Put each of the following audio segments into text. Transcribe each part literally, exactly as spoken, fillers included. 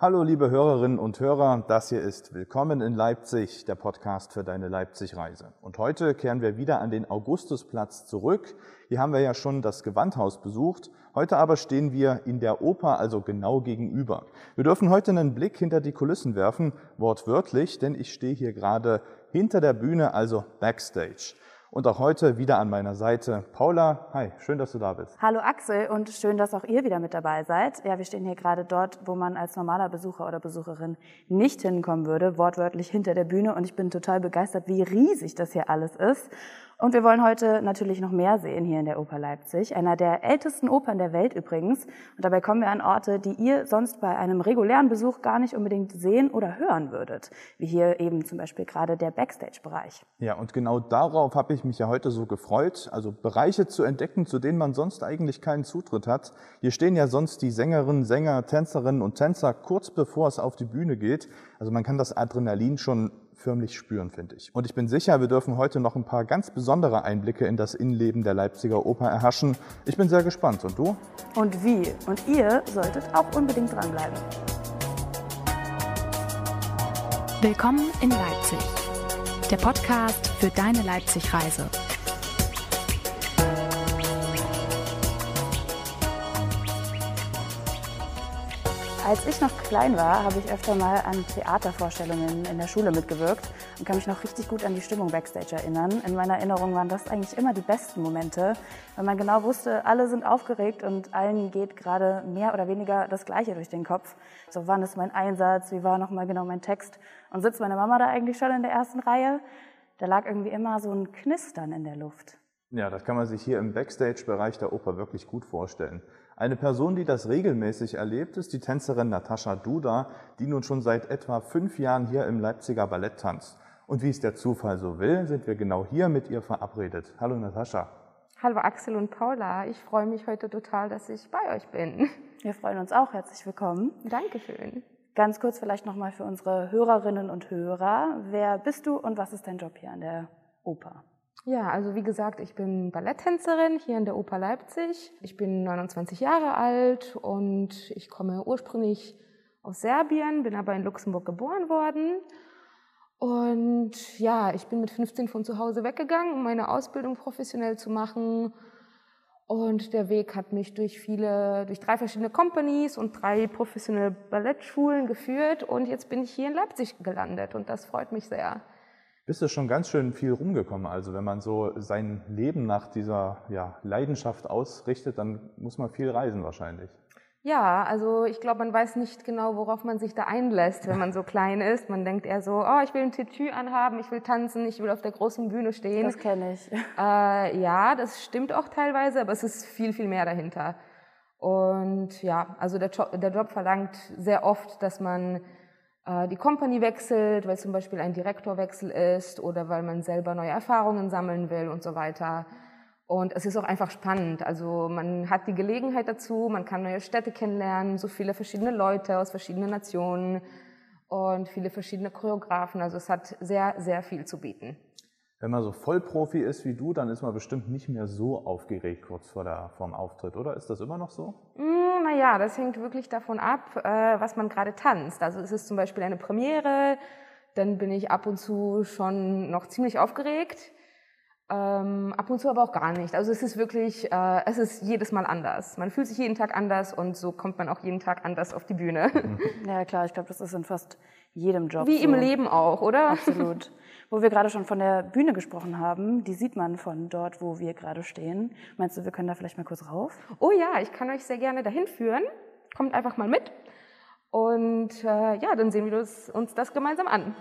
Hallo liebe Hörerinnen und Hörer, das hier ist Willkommen in Leipzig, der Podcast für deine Leipzig-Reise. Und heute kehren wir wieder an den Augustusplatz zurück. Hier haben wir ja schon das Gewandhaus besucht. Heute aber stehen wir in der Oper, also genau gegenüber. Wir dürfen heute einen Blick hinter die Kulissen werfen, wortwörtlich, denn ich stehe hier gerade hinter der Bühne, also Backstage. Und auch heute wieder an meiner Seite Paula. Hi, schön, dass du da bist. Hallo Axel und schön, dass auch ihr wieder mit dabei seid. Ja, wir stehen hier gerade dort, wo man als normaler Besucher oder Besucherin nicht hinkommen würde, wortwörtlich hinter der Bühne. Und ich bin total begeistert, wie riesig das hier alles ist. Und wir wollen heute natürlich noch mehr sehen hier in der Oper Leipzig, einer der ältesten Opern der Welt übrigens. Und dabei kommen wir an Orte, die ihr sonst bei einem regulären Besuch gar nicht unbedingt sehen oder hören würdet, wie hier eben zum Beispiel gerade der Backstage-Bereich. Ja, und genau darauf habe ich mich ja heute so gefreut, also Bereiche zu entdecken, zu denen man sonst eigentlich keinen Zutritt hat. Hier stehen ja sonst die Sängerinnen, Sänger, Tänzerinnen und Tänzer kurz bevor es auf die Bühne geht. Also man kann das Adrenalin schon förmlich spüren, finde ich. Und ich bin sicher, wir dürfen heute noch ein paar ganz besondere Einblicke in das Innenleben der Leipziger Oper erhaschen. Ich bin sehr gespannt. Und du? Und wie? Und ihr solltet auch unbedingt dranbleiben. Willkommen in Leipzig, der Podcast für deine Leipzig-Reise. Als ich noch klein war, habe ich öfter mal an Theatervorstellungen in der Schule mitgewirkt und kann mich noch richtig gut an die Stimmung Backstage erinnern. In meiner Erinnerung waren das eigentlich immer die besten Momente, weil man genau wusste, alle sind aufgeregt und allen geht gerade mehr oder weniger das Gleiche durch den Kopf. So, wann ist mein Einsatz, wie war nochmal genau mein Text? Und sitzt meine Mama da eigentlich schon in der ersten Reihe? Da lag irgendwie immer so ein Knistern in der Luft. Ja, das kann man sich hier im Backstage-Bereich der Oper wirklich gut vorstellen. Eine Person, die das regelmäßig erlebt, ist die Tänzerin Natascha Duda, die nun schon seit etwa fünf Jahren hier im Leipziger Ballett tanzt. Und wie es der Zufall so will, sind wir genau hier mit ihr verabredet. Hallo Natascha. Hallo Axel und Paula, ich freue mich heute total, dass ich bei euch bin. Wir freuen uns auch, herzlich willkommen. Dankeschön. Ganz kurz vielleicht nochmal für unsere Hörerinnen und Hörer. Wer bist du und was ist dein Job hier an der Oper? Ja, also wie gesagt, ich bin Balletttänzerin hier in der Oper Leipzig. Ich bin neunundzwanzig Jahre alt und ich komme ursprünglich aus Serbien, bin aber in Luxemburg geboren worden. Und ja, ich bin mit fünfzehn von zu Hause weggegangen, um meine Ausbildung professionell zu machen. Und der Weg hat mich durch viele, durch drei verschiedene Companies und drei professionelle Ballettschulen geführt. Und jetzt bin ich hier in Leipzig gelandet und das freut mich sehr. Bist du schon ganz schön viel rumgekommen. Also wenn man so sein Leben nach dieser ja, Leidenschaft ausrichtet, dann muss man viel reisen wahrscheinlich. Ja, also ich glaube, man weiß nicht genau, worauf man sich da einlässt, wenn man so klein ist. Man denkt eher so, oh, ich will ein Tütü anhaben, ich will tanzen, ich will auf der großen Bühne stehen. Das kenne ich. Äh, ja, das stimmt auch teilweise, aber es ist viel, viel mehr dahinter. Und ja, also der Job, der Job verlangt sehr oft, dass man die Company wechselt, weil zum Beispiel ein Direktorwechsel ist oder weil man selber neue Erfahrungen sammeln will und so weiter. Und es ist auch einfach spannend. Also man hat die Gelegenheit dazu, man kann neue Städte kennenlernen, so viele verschiedene Leute aus verschiedenen Nationen und viele verschiedene Choreografen. Also es hat sehr, sehr viel zu bieten. Wenn man so Vollprofi ist wie du, dann ist man bestimmt nicht mehr so aufgeregt kurz vor, der, vor dem Auftritt, oder? Ist das immer noch so? Mm, naja, das hängt wirklich davon ab, äh, was man gerade tanzt. Also es ist zum Beispiel eine Premiere, dann bin ich ab und zu schon noch ziemlich aufgeregt, ähm, ab und zu aber auch gar nicht. Also es ist wirklich, äh, es ist jedes Mal anders. Man fühlt sich jeden Tag anders und so kommt man auch jeden Tag anders auf die Bühne. Ja klar, ich glaube, das ist in fast jedem Job Wie so. im Leben auch, oder? Absolut. Wo wir gerade schon von der Bühne gesprochen haben, die sieht man von dort, wo wir gerade stehen. Meinst du, wir können da vielleicht mal kurz rauf? Oh ja, ich kann euch sehr gerne dahin führen. Kommt einfach mal mit. Und äh, ja, dann sehen wir uns, uns das gemeinsam an.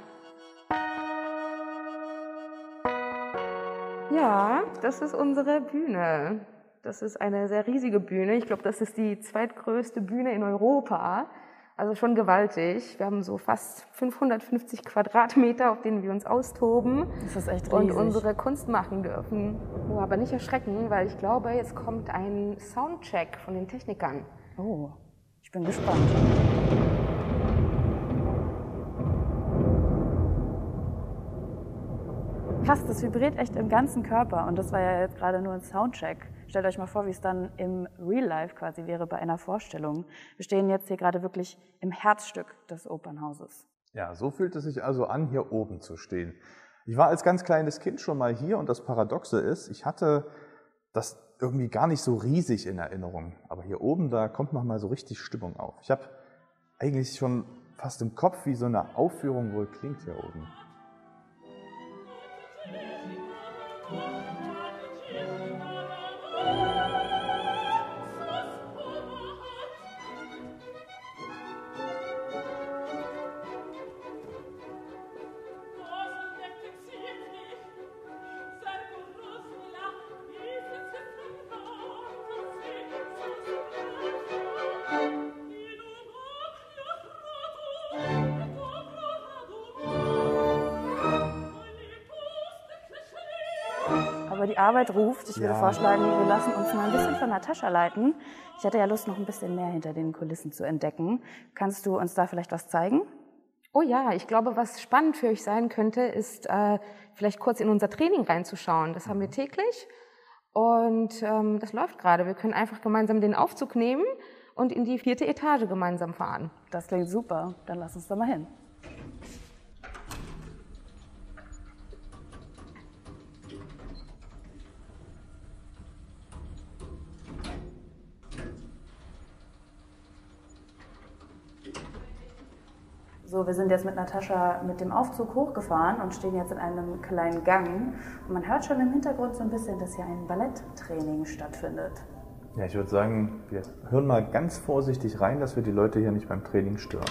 Ja, das ist unsere Bühne. Das ist eine sehr riesige Bühne. Ich glaube, das ist die zweitgrößte Bühne in Europa. Also schon gewaltig. Wir haben so fast fünfhundertfünfzig Quadratmeter, auf denen wir uns austoben. Das ist echt riesig. Und unsere Kunst machen dürfen. Oh, aber nicht erschrecken, weil ich glaube, jetzt kommt ein Soundcheck von den Technikern. Oh, ich bin gespannt. Krass, das vibriert echt im ganzen Körper und das war ja jetzt gerade nur ein Soundcheck. Stellt euch mal vor, wie es dann im Real Life quasi wäre bei einer Vorstellung. Wir stehen jetzt hier gerade wirklich im Herzstück des Opernhauses. Ja, so fühlt es sich also an, hier oben zu stehen. Ich war als ganz kleines Kind schon mal hier und das Paradoxe ist, ich hatte das irgendwie gar nicht so riesig in Erinnerung. Aber hier oben, da kommt nochmal so richtig Stimmung auf. Ich habe eigentlich schon fast im Kopf, wie so eine Aufführung wohl klingt hier oben. Aber die Arbeit ruft. Ich würde Ja. vorschlagen, wir lassen uns mal ein bisschen von Natascha leiten. Ich hätte ja Lust, noch ein bisschen mehr hinter den Kulissen zu entdecken. Kannst du uns da vielleicht was zeigen? Oh ja, ich glaube, was spannend für euch sein könnte, ist äh, vielleicht kurz in unser Training reinzuschauen. Das haben wir täglich und ähm, das läuft gerade. Wir können einfach gemeinsam den Aufzug nehmen und in die vierte Etage gemeinsam fahren. Das klingt super. Dann lass uns da mal hin. So, wir sind jetzt mit Natascha mit dem Aufzug hochgefahren und stehen jetzt in einem kleinen Gang. Und man hört schon im Hintergrund so ein bisschen, dass hier ein Balletttraining stattfindet. Ja, ich würde sagen, wir hören mal ganz vorsichtig rein, dass wir die Leute hier nicht beim Training stören.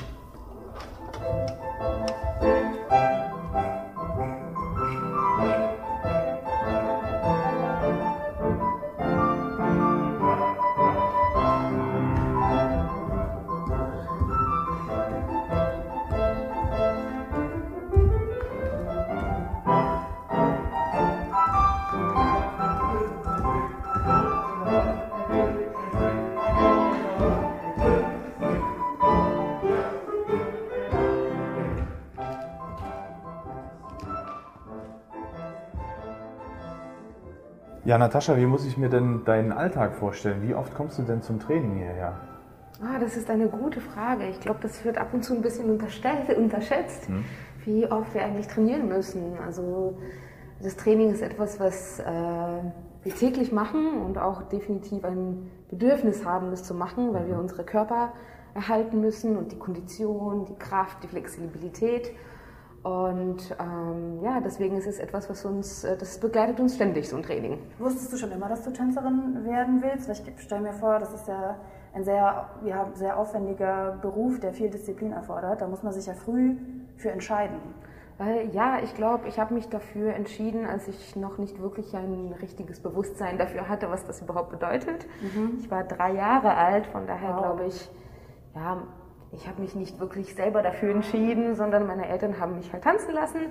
Ja, Natascha, wie muss ich mir denn deinen Alltag vorstellen? Wie oft kommst du denn zum Training hierher? Ah, das ist eine gute Frage. Ich glaube, das wird ab und zu ein bisschen unterstellt, unterschätzt, hm. wie oft wir eigentlich trainieren müssen. Also das Training ist etwas, was äh, wir täglich machen und auch definitiv ein Bedürfnis haben, das zu machen, weil wir unsere Körper erhalten müssen und die Kondition, die Kraft, die Flexibilität. Und ähm, ja, deswegen ist es etwas, was uns, das begleitet uns ständig, so ein Training. Wusstest du schon immer, dass du Tänzerin werden willst? Weil ich stelle mir vor, das ist ja ein sehr, ja, sehr aufwendiger Beruf, der viel Disziplin erfordert. Da muss man sich ja früh für entscheiden. Äh, ja, ich glaube, ich habe mich dafür entschieden, als ich noch nicht wirklich ein richtiges Bewusstsein dafür hatte, was das überhaupt bedeutet. Mhm. Ich war drei Jahre alt, von daher wow. glaube ich, ja, ich habe mich nicht wirklich selber dafür entschieden, sondern meine Eltern haben mich halt tanzen lassen.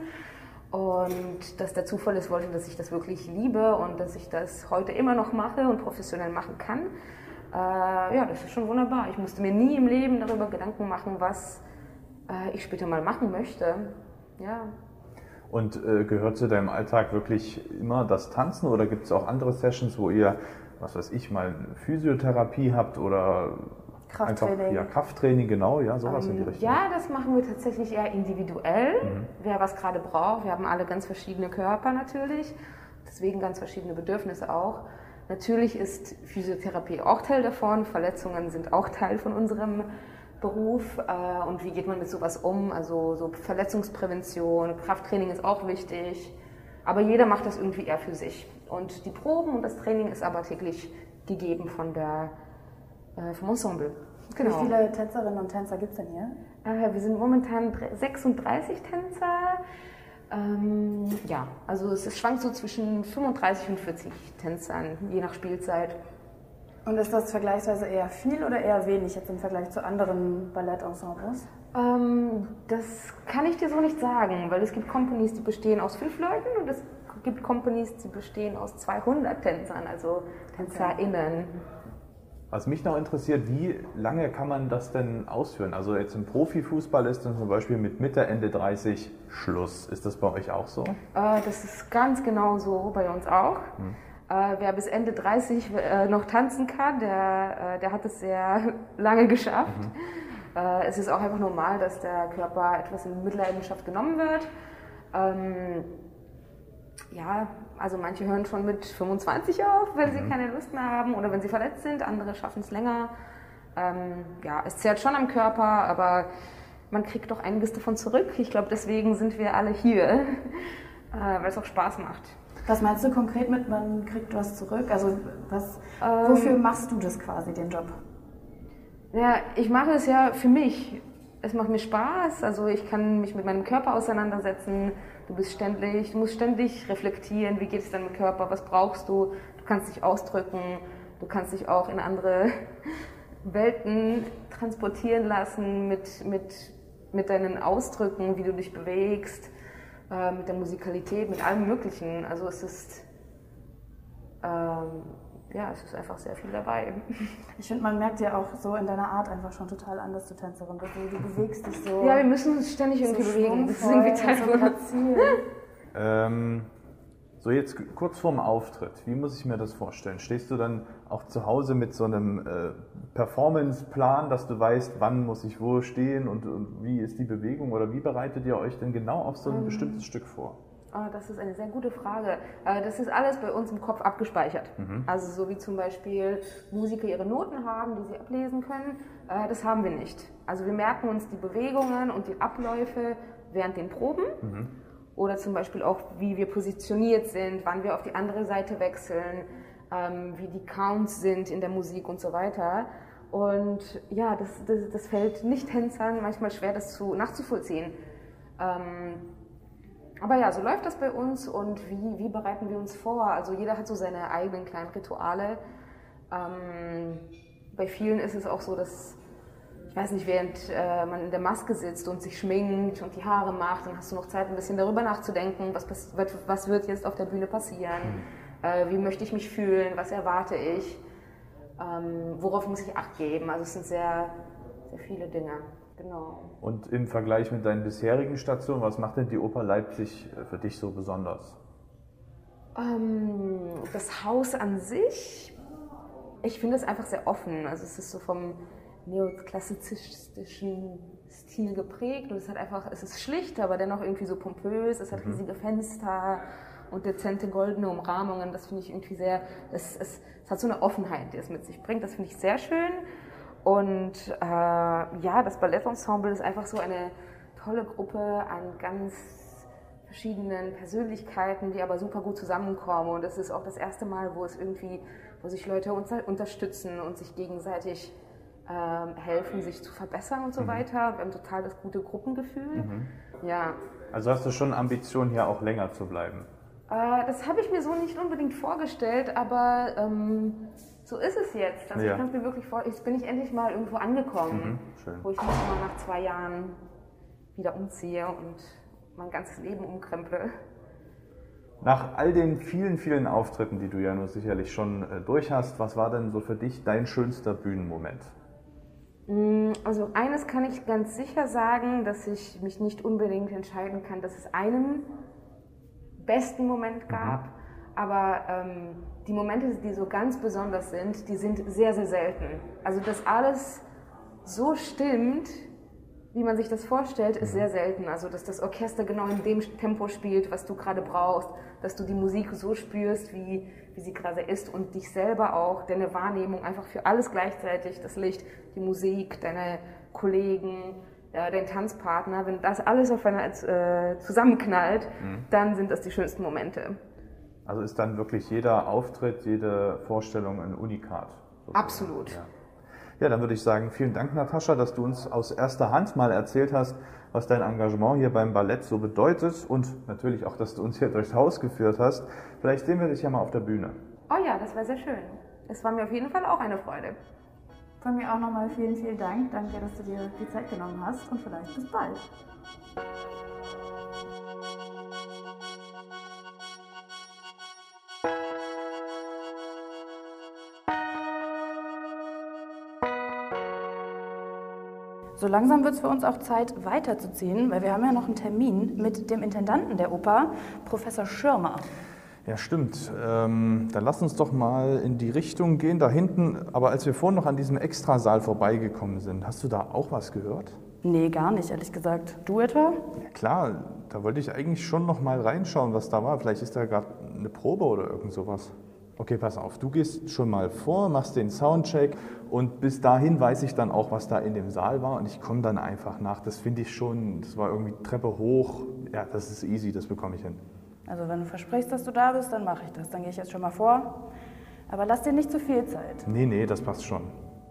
Und dass der Zufall es wollte, dass ich das wirklich liebe und dass ich das heute immer noch mache und professionell machen kann. Äh, ja, das ist schon wunderbar. Ich musste mir nie im Leben darüber Gedanken machen, was äh, ich später mal machen möchte. Ja. Und äh, gehört zu deinem Alltag wirklich immer das Tanzen oder gibt es auch andere Sessions, wo ihr, was weiß ich, mal Physiotherapie habt oder Krafttraining. Einfach, ja, Krafttraining, genau, ja, sowas ähm, in die Richtung. Ja, das machen wir tatsächlich eher individuell, mhm. wer was gerade braucht. Wir haben alle ganz verschiedene Körper natürlich, deswegen ganz verschiedene Bedürfnisse auch. Natürlich ist Physiotherapie auch Teil davon, Verletzungen sind auch Teil von unserem Beruf. Äh, und wie geht man mit sowas um? Also so Verletzungsprävention, Krafttraining ist auch wichtig, aber jeder macht das irgendwie eher für sich. Und die Proben und das Training ist aber täglich gegeben von der vom Ensemble. Genau. Wie viele Tänzerinnen und Tänzer gibt es denn hier? Äh, wir sind momentan sechsunddreißig Tänzer. Ähm, ja, also es schwankt so zwischen fünfunddreißig und vierzig Tänzern, je nach Spielzeit. Und ist das vergleichsweise eher viel oder eher wenig jetzt im Vergleich zu anderen Ballettensembles? Ähm, das kann ich dir so nicht sagen, weil es gibt Companies, die bestehen aus fünf Leuten und es gibt Companies, die bestehen aus zweihundert Tänzern, also TänzerInnen. Was mich noch interessiert, wie lange kann man das denn ausführen? Also jetzt im Profifußball ist dann zum Beispiel mit Mitte, Ende dreißig Schluss. Ist das bei euch auch so? Äh, das ist ganz genau so bei uns auch. Hm. Äh, wer bis Ende dreißig äh, noch tanzen kann, der, äh, der hat es sehr lange geschafft. Mhm. Äh, es ist auch einfach normal, dass der Körper etwas in Mitleidenschaft genommen wird. Ähm, ja, also manche hören schon mit fünfundzwanzig auf, wenn sie mhm. keine Lust mehr haben oder wenn sie verletzt sind, andere schaffen es länger. Ähm, ja, es zehrt schon am Körper, aber man kriegt doch einiges davon zurück. Ich glaube, deswegen sind wir alle hier, äh, weil es auch Spaß macht. Was meinst du konkret mit, man kriegt was zurück? Also was, ähm, wofür machst du das quasi, den Job? Ja, ich mache es ja für mich. Es macht mir Spaß, also ich kann mich mit meinem Körper auseinandersetzen. Du bist ständig, du musst ständig reflektieren, wie geht es deinem Körper, was brauchst du? Du kannst dich ausdrücken, du kannst dich auch in andere Welten transportieren lassen mit, mit, mit deinen Ausdrücken, wie du dich bewegst, äh, mit der Musikalität, mit allem Möglichen. Also es ist, ähm, ja, es ist einfach sehr viel dabei. Ich finde, man merkt ja auch so in deiner Art einfach schon total an, dass du Tänzerin bist. Du, du bewegst dich so. Ja, wir müssen uns ständig irgendwie so bewegen. Das ist irgendwie Zeit so ähm, So jetzt kurz vorm Auftritt, wie muss ich mir das vorstellen? Stehst du dann auch zu Hause mit so einem äh, Performance-Plan, dass du weißt, wann muss ich wo stehen und, und wie ist die Bewegung oder wie bereitet ihr euch denn genau auf so ein um. bestimmtes Stück vor? Oh, das ist eine sehr gute Frage. Das ist alles bei uns im Kopf abgespeichert. Mhm. Also so wie zum Beispiel Musiker ihre Noten haben, die sie ablesen können, das haben wir nicht. Also wir merken uns die Bewegungen und die Abläufe während den Proben mhm. oder zum Beispiel auch, wie wir positioniert sind, wann wir auf die andere Seite wechseln, wie die Counts sind in der Musik und so weiter. Und ja, das, das, das fällt Nicht-Tänzern manchmal schwer, das zu, nachzuvollziehen. Aber ja, so läuft das bei uns und wie, wie bereiten wir uns vor? Also jeder hat so seine eigenen kleinen Rituale. Ähm, bei vielen ist es auch so, dass, ich weiß nicht, während äh, man in der Maske sitzt und sich schminkt und die Haare macht, dann hast du noch Zeit, ein bisschen darüber nachzudenken, was, was wird jetzt auf der Bühne passieren, mhm. äh, wie möchte ich mich fühlen, was erwarte ich, ähm, worauf muss ich Acht geben. Also es sind sehr, sehr viele Dinge. Genau. Und im Vergleich mit deinen bisherigen Stationen, was macht denn die Oper Leipzig für dich so besonders? Ähm, das Haus an sich, ich finde es einfach sehr offen. Also es ist so vom neoklassizistischen Stil geprägt und es hat einfach, es ist schlicht, aber dennoch irgendwie so pompös. Es hat mhm. riesige Fenster und dezente goldene Umrahmungen. Das finde ich irgendwie sehr, es, es, es hat so eine Offenheit, die es mit sich bringt. Das finde ich sehr schön. Und äh, ja, das Ballettensemble ist einfach so eine tolle Gruppe an ganz verschiedenen Persönlichkeiten, die aber super gut zusammenkommen. Und es ist auch das erste Mal, wo es irgendwie, wo sich Leute unter, unterstützen und sich gegenseitig äh, helfen, sich zu verbessern und so mhm. weiter. Wir haben total das gute Gruppengefühl. Mhm. Ja. Also hast du schon Ambitionen, hier auch länger zu bleiben? Äh, das habe ich mir so nicht unbedingt vorgestellt, aber ähm, so ist es jetzt. Also ja. ich kann mir wirklich vor, jetzt bin ich endlich mal irgendwo angekommen, mhm, schön. Wo ich nicht mal nach zwei Jahren wieder umziehe und mein ganzes Leben umkremple. Nach all den vielen, vielen Auftritten, die du ja nur sicherlich schon äh, durch hast, was war denn so für dich dein schönster Bühnenmoment? Also eines kann ich ganz sicher sagen, dass ich mich nicht unbedingt entscheiden kann, dass es einen besten Moment gab, mhm. aber ähm, die Momente, die so ganz besonders sind, die sind sehr, sehr selten. Also dass alles so stimmt, wie man sich das vorstellt, ist sehr selten. Also dass das Orchester genau in dem Tempo spielt, was du gerade brauchst, dass du die Musik so spürst, wie, wie sie gerade ist und dich selber auch, deine Wahrnehmung einfach für alles gleichzeitig, das Licht, die Musik, deine Kollegen, ja, dein Tanzpartner, wenn das alles aufeinander äh, zusammenknallt, mhm. dann sind das die schönsten Momente. Also ist dann wirklich jeder Auftritt, jede Vorstellung ein Unikat? Sozusagen. Absolut. Ja. Ja, dann würde ich sagen, vielen Dank, Natascha, dass du uns aus erster Hand mal erzählt hast, was dein Engagement hier beim Ballett so bedeutet und natürlich auch, dass du uns hier durchs Haus geführt hast. Vielleicht sehen wir dich ja mal auf der Bühne. Oh ja, das war sehr schön. Es war mir auf jeden Fall auch eine Freude. Von mir auch nochmal vielen, vielen Dank. Danke, dass du dir die Zeit genommen hast und vielleicht bis bald. So langsam wird es für uns auch Zeit, weiterzuziehen, weil wir haben ja noch einen Termin mit dem Intendanten der Oper, Professor Schirmer. Ja, stimmt. Ähm, dann lass uns doch mal in die Richtung gehen, da hinten. Aber als wir vorhin noch an diesem Extrasaal vorbeigekommen sind, hast du da auch was gehört? Nee, gar nicht, ehrlich gesagt. Du etwa? Ja klar, da wollte ich eigentlich schon noch mal reinschauen, was da war. Vielleicht ist da gerade eine Probe oder irgend sowas. Okay, pass auf, du gehst schon mal vor, machst den Soundcheck und bis dahin weiß ich dann auch, was da in dem Saal war und ich komme dann einfach nach. Das finde ich schon, das war irgendwie Treppe hoch. Ja, das ist easy, das bekomme ich hin. Also wenn du versprichst, dass du da bist, dann mache ich das. Dann gehe ich jetzt schon mal vor. Aber lass dir nicht zu viel Zeit. Nee, nee, das passt schon.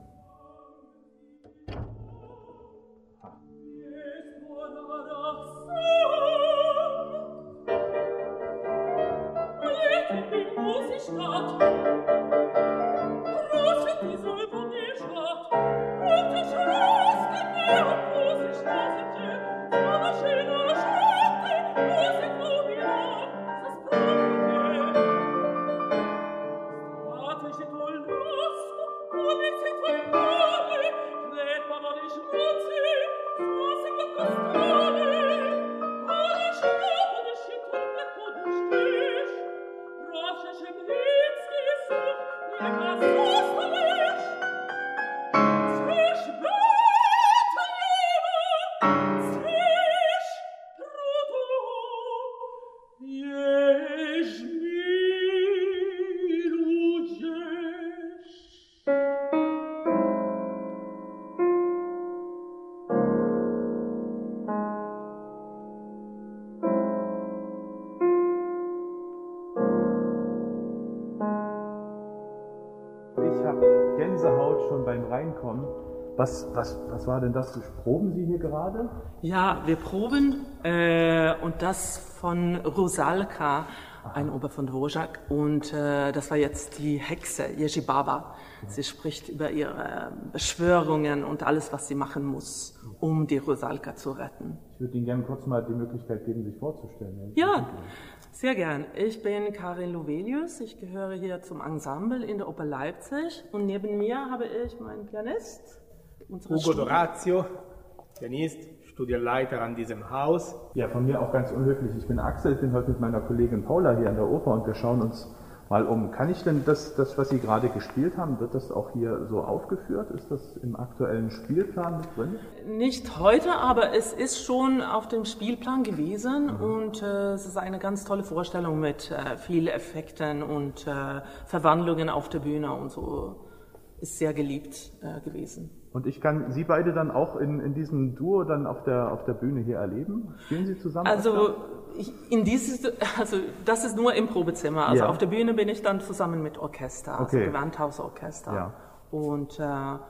Gänsehaut schon beim Reinkommen. Was, was, was war denn das? Proben Sie hier gerade? Ja, wir proben äh, und das von Rusalka, ein Oper von Dvořák. Und äh, das war jetzt die Hexe, Ježí Baba. Sie spricht über ihre Beschwörungen und alles, was sie machen muss, um die Rusalka zu retten. Ich würde Ihnen gerne kurz mal die Möglichkeit geben, sich vorzustellen. Ja, sehr gern. Ich bin Karin Lovelius, ich gehöre hier zum Ensemble in der Oper Leipzig und neben mir habe ich meinen Pianist. Ugo D'Orazio, Pianist, Studienleiter an diesem Haus. Ja, von mir auch ganz unhöflich. Ich bin Axel, ich bin heute mit meiner Kollegin Paula hier an der Oper und wir schauen uns mal um. Kann ich denn das, das, was Sie gerade gespielt haben, wird das auch hier so aufgeführt? Ist das im aktuellen Spielplan mit drin? Nicht heute, aber es ist schon auf dem Spielplan gewesen mhm. und äh, es ist eine ganz tolle Vorstellung mit äh, vielen Effekten und äh, Verwandlungen auf der Bühne und so. Ist sehr geliebt äh, gewesen. Und ich kann Sie beide dann auch in, in diesem Duo dann auf der, auf der Bühne hier erleben? Spielen Sie zusammen? Also, ich, in dieses, also das ist nur im Probezimmer. Also ja. Auf der Bühne bin ich dann zusammen mit Orchester, also okay. Gewandhausorchester. Ja. Und, äh,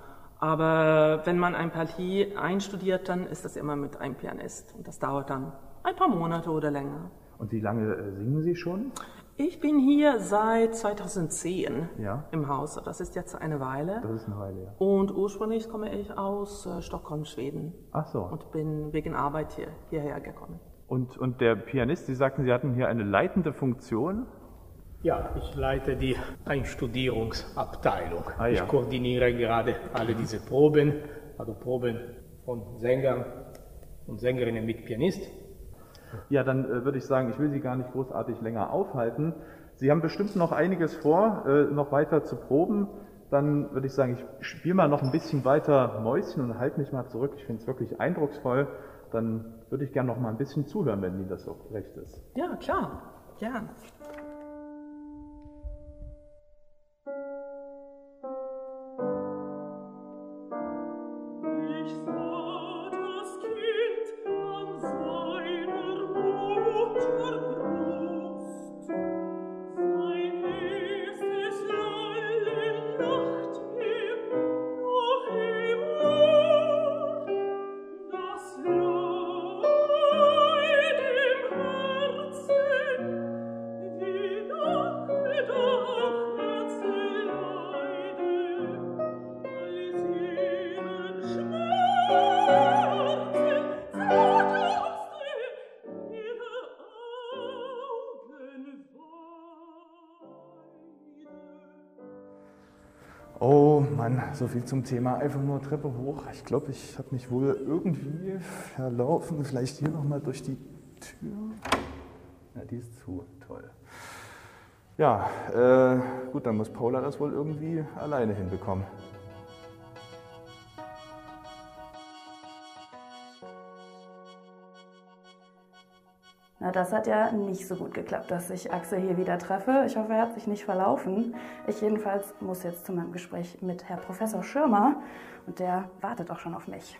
aber wenn man eine Partie einstudiert, dann ist das immer mit einem Pianist. Und das dauert dann ein paar Monate oder länger. Und wie lange äh, singen Sie schon? Ich bin hier seit zweitausendzehn ja. im Haus. Das ist jetzt eine Weile. Das ist eine Weile, ja. Und ursprünglich komme ich aus äh, Stockholm, Schweden. Ach so. Und bin wegen Arbeit hier, hierher gekommen. Und, und der Pianist, Sie sagten, Sie hatten hier eine leitende Funktion? Ja, ich leite die Einstudierungsabteilung. Ah, ja. Ich koordiniere gerade alle diese Proben, also Proben von Sängern und Sängerinnen mit Pianist. Ja, dann äh, würde ich sagen, ich will Sie gar nicht großartig länger aufhalten. Sie haben bestimmt noch einiges vor, äh, noch weiter zu proben. Dann würde ich sagen, ich spiele mal noch ein bisschen weiter Mäuschen und halte mich mal zurück. Ich finde es wirklich eindrucksvoll. Dann würde ich gerne noch mal ein bisschen zuhören, wenn Ihnen das so recht ist. Ja, klar. Ja. Wie Mann, so viel zum Thema einfach nur Treppe hoch. Ich glaube, ich habe mich wohl irgendwie verlaufen. Vielleicht hier nochmal durch die Tür. Ja, die ist zu. Toll. Ja, äh, gut, dann muss Paula das wohl irgendwie alleine hinbekommen. Na, das hat ja nicht so gut geklappt, dass ich Axel hier wieder treffe. Ich hoffe, er hat sich nicht verlaufen. Ich jedenfalls muss jetzt zu meinem Gespräch mit Herr Professor Schirmer und der wartet auch schon auf mich.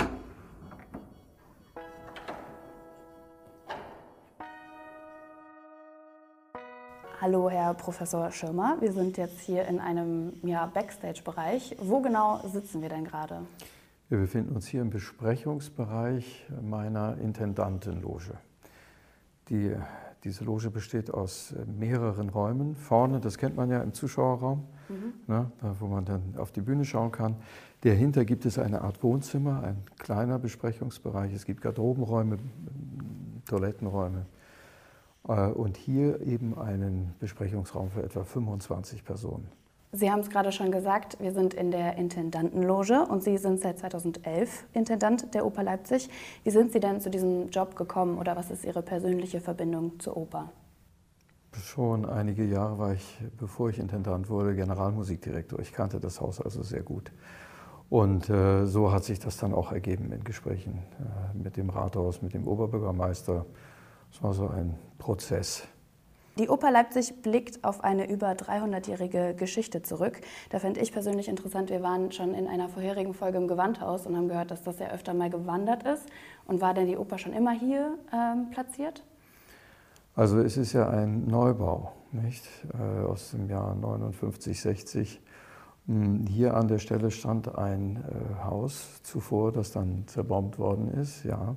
Hallo, Herr Professor Schirmer. Wir sind jetzt hier in einem ja, Backstage-Bereich. Wo genau sitzen wir denn gerade? Wir befinden uns hier im Besprechungsbereich meiner Intendantenloge. Die, diese Loge besteht aus mehreren Räumen. Vorne, das kennt man ja im Zuschauerraum, mhm. ne, da, wo man dann auf die Bühne schauen kann. Dahinter gibt es eine Art Wohnzimmer, ein kleiner Besprechungsbereich. Es gibt Garderobenräume, Toilettenräume. Und hier eben einen Besprechungsraum für etwa fünfundzwanzig Personen. Sie haben es gerade schon gesagt, wir sind in der Intendantenloge und Sie sind seit zweitausendelf Intendant der Oper Leipzig. Wie sind Sie denn zu diesem Job gekommen oder was ist Ihre persönliche Verbindung zur Oper? Schon einige Jahre war ich, bevor ich Intendant wurde, Generalmusikdirektor. Ich kannte das Haus also sehr gut. Und äh, so hat sich das dann auch ergeben in Gesprächen äh, mit dem Rathaus, mit dem Oberbürgermeister. Es war so ein Prozess. Die Oper Leipzig blickt auf eine über dreihundertjährige Geschichte zurück. Da finde ich persönlich interessant, wir waren schon in einer vorherigen Folge im Gewandhaus und haben gehört, dass das ja öfter mal gewandert ist. Und war denn die Oper schon immer hier ähm, platziert? Also es ist ja ein Neubau, nicht? Äh, aus dem Jahr neunundfünfzig, sechzig. Hier an der Stelle stand ein äh, Haus zuvor, das dann zerbombt worden ist, ja.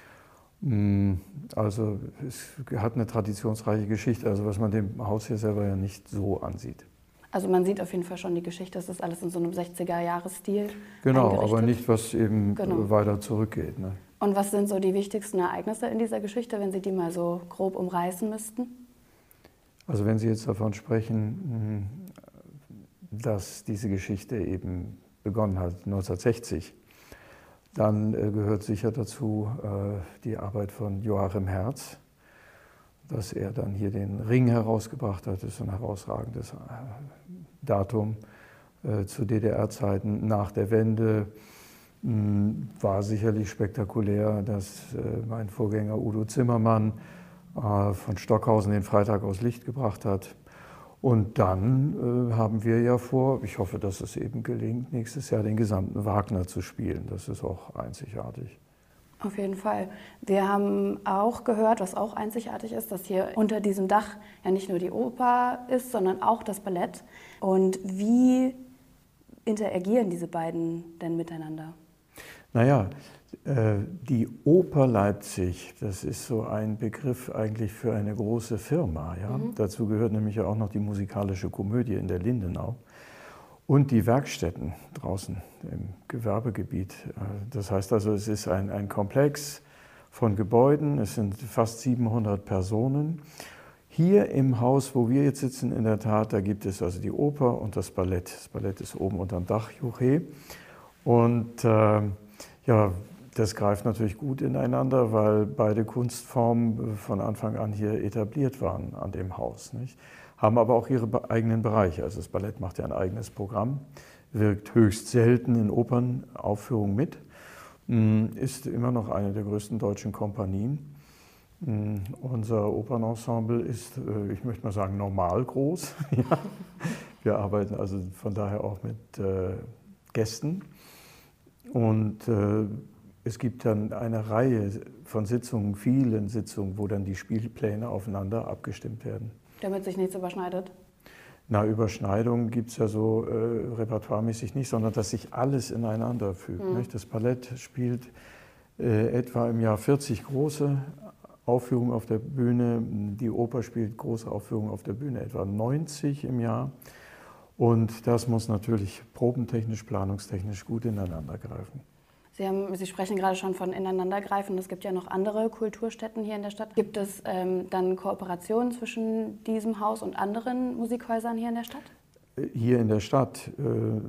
Also es hat eine traditionsreiche Geschichte, also was man dem Haus hier selber ja nicht so ansieht. Also man sieht auf jeden Fall schon die Geschichte, das ist alles in so einem sechziger-Jahres-Stil Genau, aber nicht, was eben genau. weiter zurückgeht. Ne? Und was sind so die wichtigsten Ereignisse in dieser Geschichte, wenn Sie die mal so grob umreißen müssten? Also wenn Sie jetzt davon sprechen, dass diese Geschichte eben begonnen hat neunzehnhundertsechzig, dann äh, gehört sicher dazu äh, die Arbeit von Joachim Herz, dass er dann hier den Ring herausgebracht hat. Das ist ein herausragendes äh, Datum äh, zu D D R-Zeiten. Nach der Wende mh, war sicherlich spektakulär, dass äh, mein Vorgänger Udo Zimmermann äh, von Stockhausen den Freitag aus Licht gebracht hat. Und dann äh, haben wir ja vor, ich hoffe, dass es eben gelingt, nächstes Jahr den gesamten Wagner zu spielen. Das ist auch einzigartig. Auf jeden Fall. Wir haben auch gehört, was auch einzigartig ist, dass hier unter diesem Dach ja nicht nur die Oper ist, sondern auch das Ballett. Und wie interagieren diese beiden denn miteinander? Naja, die Oper Leipzig, das ist so ein Begriff eigentlich für eine große Firma. Ja? Mhm. Dazu gehört nämlich auch noch die musikalische Komödie in der Lindenau und die Werkstätten draußen im Gewerbegebiet. Das heißt also, es ist ein, ein Komplex von Gebäuden, es sind fast siebenhundert Personen. Hier im Haus, wo wir jetzt sitzen, in der Tat, da gibt es also die Oper und das Ballett. Das Ballett ist oben unterm Dach, Juche. Und äh, ja, das greift natürlich gut ineinander, weil beide Kunstformen von Anfang an hier etabliert waren an dem Haus. Nicht? Haben aber auch ihre eigenen Bereiche. Also das Ballett macht ja ein eigenes Programm, wirkt höchst selten in Opernaufführungen mit, ist immer noch eine der größten deutschen Kompanien. Unser Opernensemble ist, ich möchte mal sagen, normal groß. Ja. Wir arbeiten also von daher auch mit äh, Gästen. Und äh, es gibt dann eine Reihe von Sitzungen, vielen Sitzungen, wo dann die Spielpläne aufeinander abgestimmt werden. Damit sich nichts überschneidet? Na, Überschneidungen gibt es ja so äh, repertoiremäßig nicht, sondern dass sich alles ineinander fügt. Mhm. Nicht? Das Ballett spielt äh, etwa im Jahr vierzig große Aufführungen auf der Bühne, die Oper spielt große Aufführungen auf der Bühne, etwa neunzig im Jahr. Und das muss natürlich probentechnisch, planungstechnisch gut ineinander greifen. Sie, haben, Sie sprechen gerade schon von Ineinandergreifen. Es gibt ja noch andere Kulturstätten hier in der Stadt. Gibt es ähm, dann Kooperationen zwischen diesem Haus und anderen Musikhäusern hier in der Stadt? Hier in der Stadt, äh,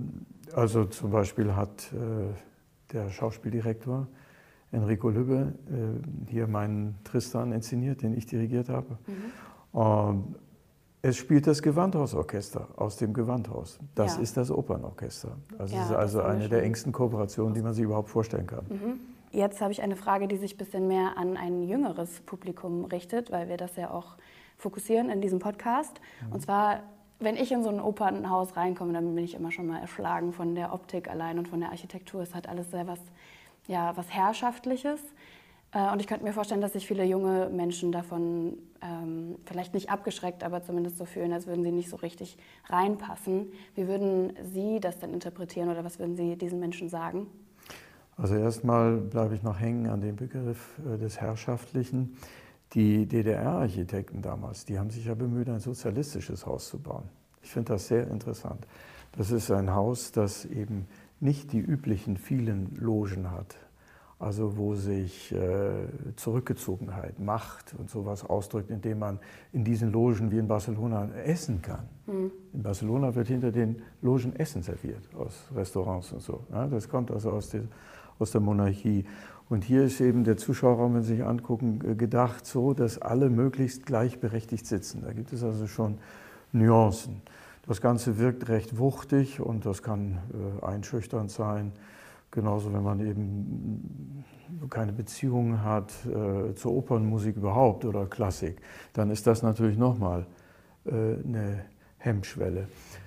also zum Beispiel hat äh, der Schauspieldirektor Enrico Lübbe äh, hier meinen Tristan inszeniert, den ich dirigiert habe. Mhm. Ähm, es spielt das Gewandhausorchester aus dem Gewandhaus. Das ja. ist das Opernorchester. Also ja, es ist also eine der engsten Kooperationen, die man sich überhaupt vorstellen kann. Mhm. Jetzt habe ich eine Frage, die sich ein bisschen mehr an ein jüngeres Publikum richtet, weil wir das ja auch fokussieren in diesem Podcast. Mhm. Und zwar, wenn ich in so ein Opernhaus reinkomme, dann bin ich immer schon mal erschlagen von der Optik allein und von der Architektur. Es hat alles sehr was, ja, was Herrschaftliches. Und ich könnte mir vorstellen, dass sich viele junge Menschen davon ähm, vielleicht nicht abgeschreckt, aber zumindest so fühlen, als würden sie nicht so richtig reinpassen. Wie würden Sie das denn interpretieren oder was würden Sie diesen Menschen sagen? Also erstmal bleibe ich noch hängen an dem Begriff äh, des Herrschaftlichen. Die D D R-Architekten damals, die haben sich ja bemüht, ein sozialistisches Haus zu bauen. Ich finde das sehr interessant. Das ist ein Haus, das eben nicht die üblichen vielen Logen hat. Also wo sich äh, Zurückgezogenheit, Macht und sowas ausdrückt, indem man in diesen Logen wie in Barcelona essen kann. Mhm. In Barcelona wird hinter den Logen Essen serviert, aus Restaurants und so. Ja, das kommt also aus der, aus der Monarchie. Und hier ist eben der Zuschauerraum, wenn Sie sich angucken, gedacht so, dass alle möglichst gleichberechtigt sitzen. Da gibt es also schon Nuancen. Das Ganze wirkt recht wuchtig und das kann äh, einschüchternd sein. Genauso, wenn man eben keine Beziehung hat äh, zur Opernmusik überhaupt oder Klassik, dann ist das natürlich nochmal äh, eine Hemmschwelle.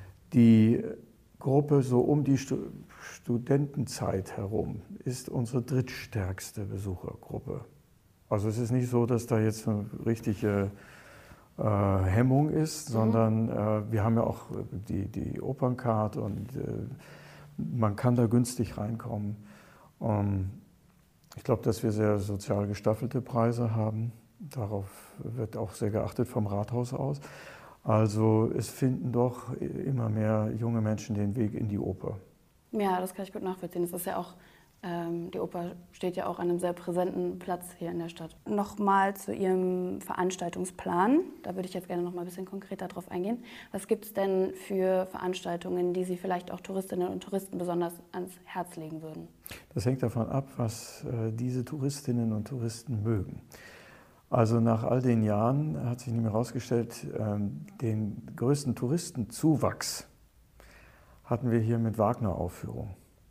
Die Gruppe so um die Stu Studentenzeit herum ist unsere drittstärkste Besuchergruppe. Also es ist nicht so, dass da jetzt eine richtige äh, Hemmung ist, mhm. sondern äh, wir haben ja auch die, die Operncard und äh, man kann da günstig reinkommen. Ich glaube, dass wir sehr sozial gestaffelte Preise haben. Darauf wird auch sehr geachtet vom Rathaus aus. Also es finden doch immer mehr junge Menschen den Weg in die Oper. Ja, das kann ich gut nachvollziehen. Das ist ja auch, ähm, die Oper steht ja auch an einem sehr präsenten Platz hier in der Stadt. Nochmal zu Ihrem Veranstaltungsplan. Da würde ich jetzt gerne noch mal ein bisschen konkreter drauf eingehen. Was gibt es denn für Veranstaltungen, die Sie vielleicht auch Touristinnen und Touristen besonders ans Herz legen würden? Das hängt davon ab, was äh, diese Touristinnen und Touristen mögen. Also nach all den Jahren hat sich nämlich herausgestellt, äh, den größten Touristenzuwachs hatten wir hier mit Wagner-Aufführungen.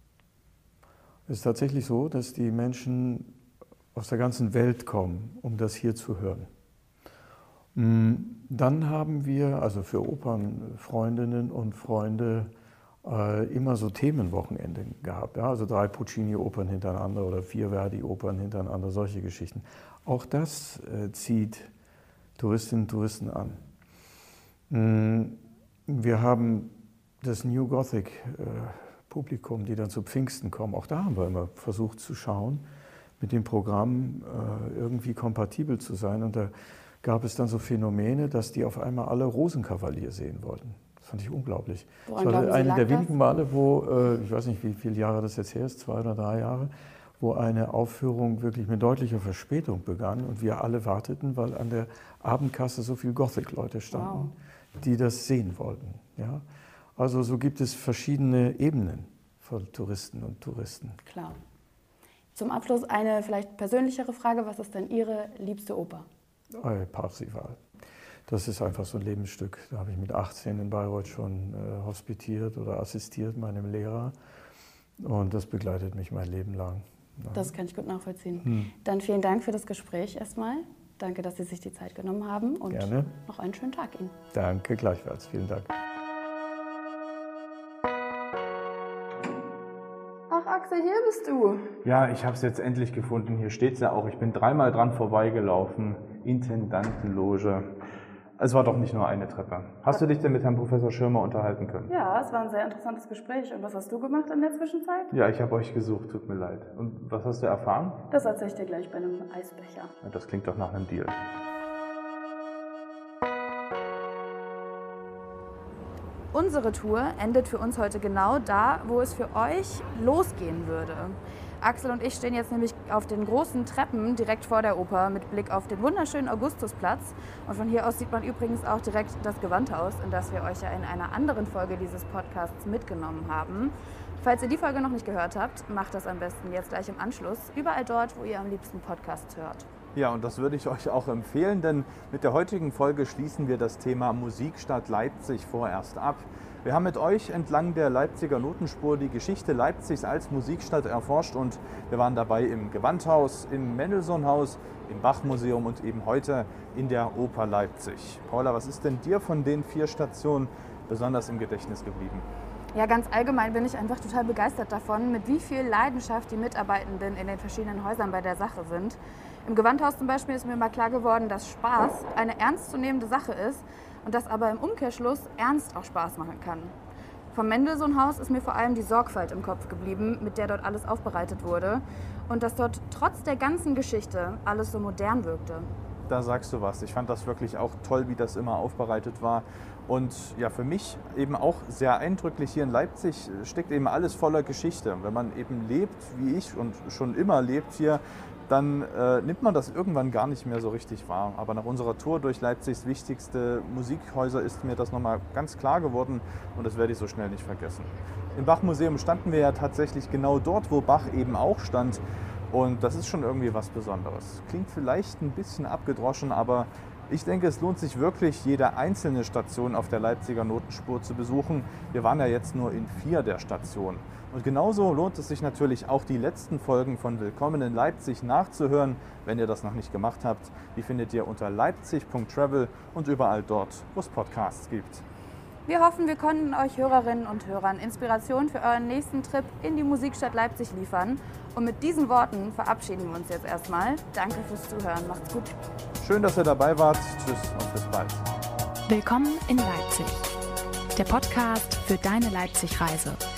Es ist tatsächlich so, dass die Menschen aus der ganzen Welt kommen, um das hier zu hören. Dann haben wir, also für Opernfreundinnen und Freunde, immer so Themenwochenende gehabt. Ja, also drei Puccini-Opern hintereinander oder vier Verdi-Opern hintereinander, solche Geschichten. Auch das zieht Touristinnen und Touristen an. Wir haben das New Gothic Publikum, die dann zu Pfingsten kommen. Auch da haben wir immer versucht zu schauen, mit dem Programm äh, irgendwie kompatibel zu sein. Und da gab es dann so Phänomene, dass die auf einmal alle Rosenkavalier sehen wollten. Das fand ich unglaublich. Woran das war eine der das? wenigen Male, wo, äh, ich weiß nicht, wie viele Jahre das jetzt her ist, zwei oder drei Jahre, wo eine Aufführung wirklich mit deutlicher Verspätung begann und wir alle warteten, weil an der Abendkasse so viele Gothic-Leute standen, wow. die das sehen wollten. Ja? Also so gibt es verschiedene Ebenen von Touristen und Touristen. Klar. Zum Abschluss eine vielleicht persönlichere Frage. Was ist denn Ihre liebste Oper? Äh, Parzival. Das ist einfach so ein Lebensstück. Da habe ich mit achtzehn in Bayreuth schon äh, hospitiert oder assistiert meinem Lehrer. Und das begleitet mich mein Leben lang. Ja. Das kann ich gut nachvollziehen. Hm. Dann vielen Dank für das Gespräch erstmal. Danke, dass Sie sich die Zeit genommen haben. Und Gerne. Noch einen schönen Tag Ihnen. Danke, gleichfalls. Vielen Dank. Axel, hier bist du. Ja, ich habe es jetzt endlich gefunden. Hier steht es ja auch. Ich bin dreimal dran vorbeigelaufen. Intendantenloge. Es war doch nicht nur eine Treppe. Hast du dich denn mit Herrn Professor Schirmer unterhalten können? Ja, es war ein sehr interessantes Gespräch. Und was hast du gemacht in der Zwischenzeit? Ja, ich habe euch gesucht. Tut mir leid. Und was hast du erfahren? Das erzähle ich dir gleich bei einem Eisbecher. Ja, das klingt doch nach einem Deal. Unsere Tour endet für uns heute genau da, wo es für euch losgehen würde. Axel und ich stehen jetzt nämlich auf den großen Treppen direkt vor der Oper mit Blick auf den wunderschönen Augustusplatz. Und von hier aus sieht man übrigens auch direkt das Gewandhaus, in das wir euch ja in einer anderen Folge dieses Podcasts mitgenommen haben. Falls ihr die Folge noch nicht gehört habt, macht das am besten jetzt gleich im Anschluss, überall dort, wo ihr am liebsten Podcasts hört. Ja, und das würde ich euch auch empfehlen, denn mit der heutigen Folge schließen wir das Thema Musikstadt Leipzig vorerst ab. Wir haben mit euch entlang der Leipziger Notenspur die Geschichte Leipzigs als Musikstadt erforscht und wir waren dabei im Gewandhaus, im Mendelssohn-Haus, im Bach-Museum und eben heute in der Oper Leipzig. Paula, was ist denn dir von den vier Stationen besonders im Gedächtnis geblieben? Ja, ganz allgemein bin ich einfach total begeistert davon, mit wie viel Leidenschaft die Mitarbeitenden in den verschiedenen Häusern bei der Sache sind. Im Gewandhaus zum Beispiel ist mir mal klar geworden, dass Spaß eine ernstzunehmende Sache ist und dass aber im Umkehrschluss Ernst auch Spaß machen kann. Vom Mendelssohn-Haus ist mir vor allem die Sorgfalt im Kopf geblieben, mit der dort alles aufbereitet wurde und dass dort trotz der ganzen Geschichte alles so modern wirkte. Da sagst du was. Ich fand das wirklich auch toll, wie das immer aufbereitet war. Und ja, für mich eben auch sehr eindrücklich, hier in Leipzig steckt eben alles voller Geschichte. Wenn man eben lebt, wie ich und schon immer lebt hier, dann äh, nimmt man das irgendwann gar nicht mehr so richtig wahr. Aber nach unserer Tour durch Leipzigs wichtigste Musikhäuser ist mir das nochmal ganz klar geworden und das werde ich so schnell nicht vergessen. Im Bach-Museum standen wir ja tatsächlich genau dort, wo Bach eben auch stand. Und das ist schon irgendwie was Besonderes. Klingt vielleicht ein bisschen abgedroschen, aber ich denke, es lohnt sich wirklich, jede einzelne Station auf der Leipziger Notenspur zu besuchen. Wir waren ja jetzt nur in vier der Stationen. Und genauso lohnt es sich natürlich auch, die letzten Folgen von Willkommen in Leipzig nachzuhören, wenn ihr das noch nicht gemacht habt. Die findet ihr unter leipzig punkt travel und überall dort, wo es Podcasts gibt. Wir hoffen, wir konnten euch Hörerinnen und Hörern Inspiration für euren nächsten Trip in die Musikstadt Leipzig liefern. Und mit diesen Worten verabschieden wir uns jetzt erstmal. Danke fürs Zuhören. Macht's gut. Schön, dass ihr dabei wart. Tschüss und bis bald. Willkommen in Leipzig, der Podcast für deine Leipzig-Reise.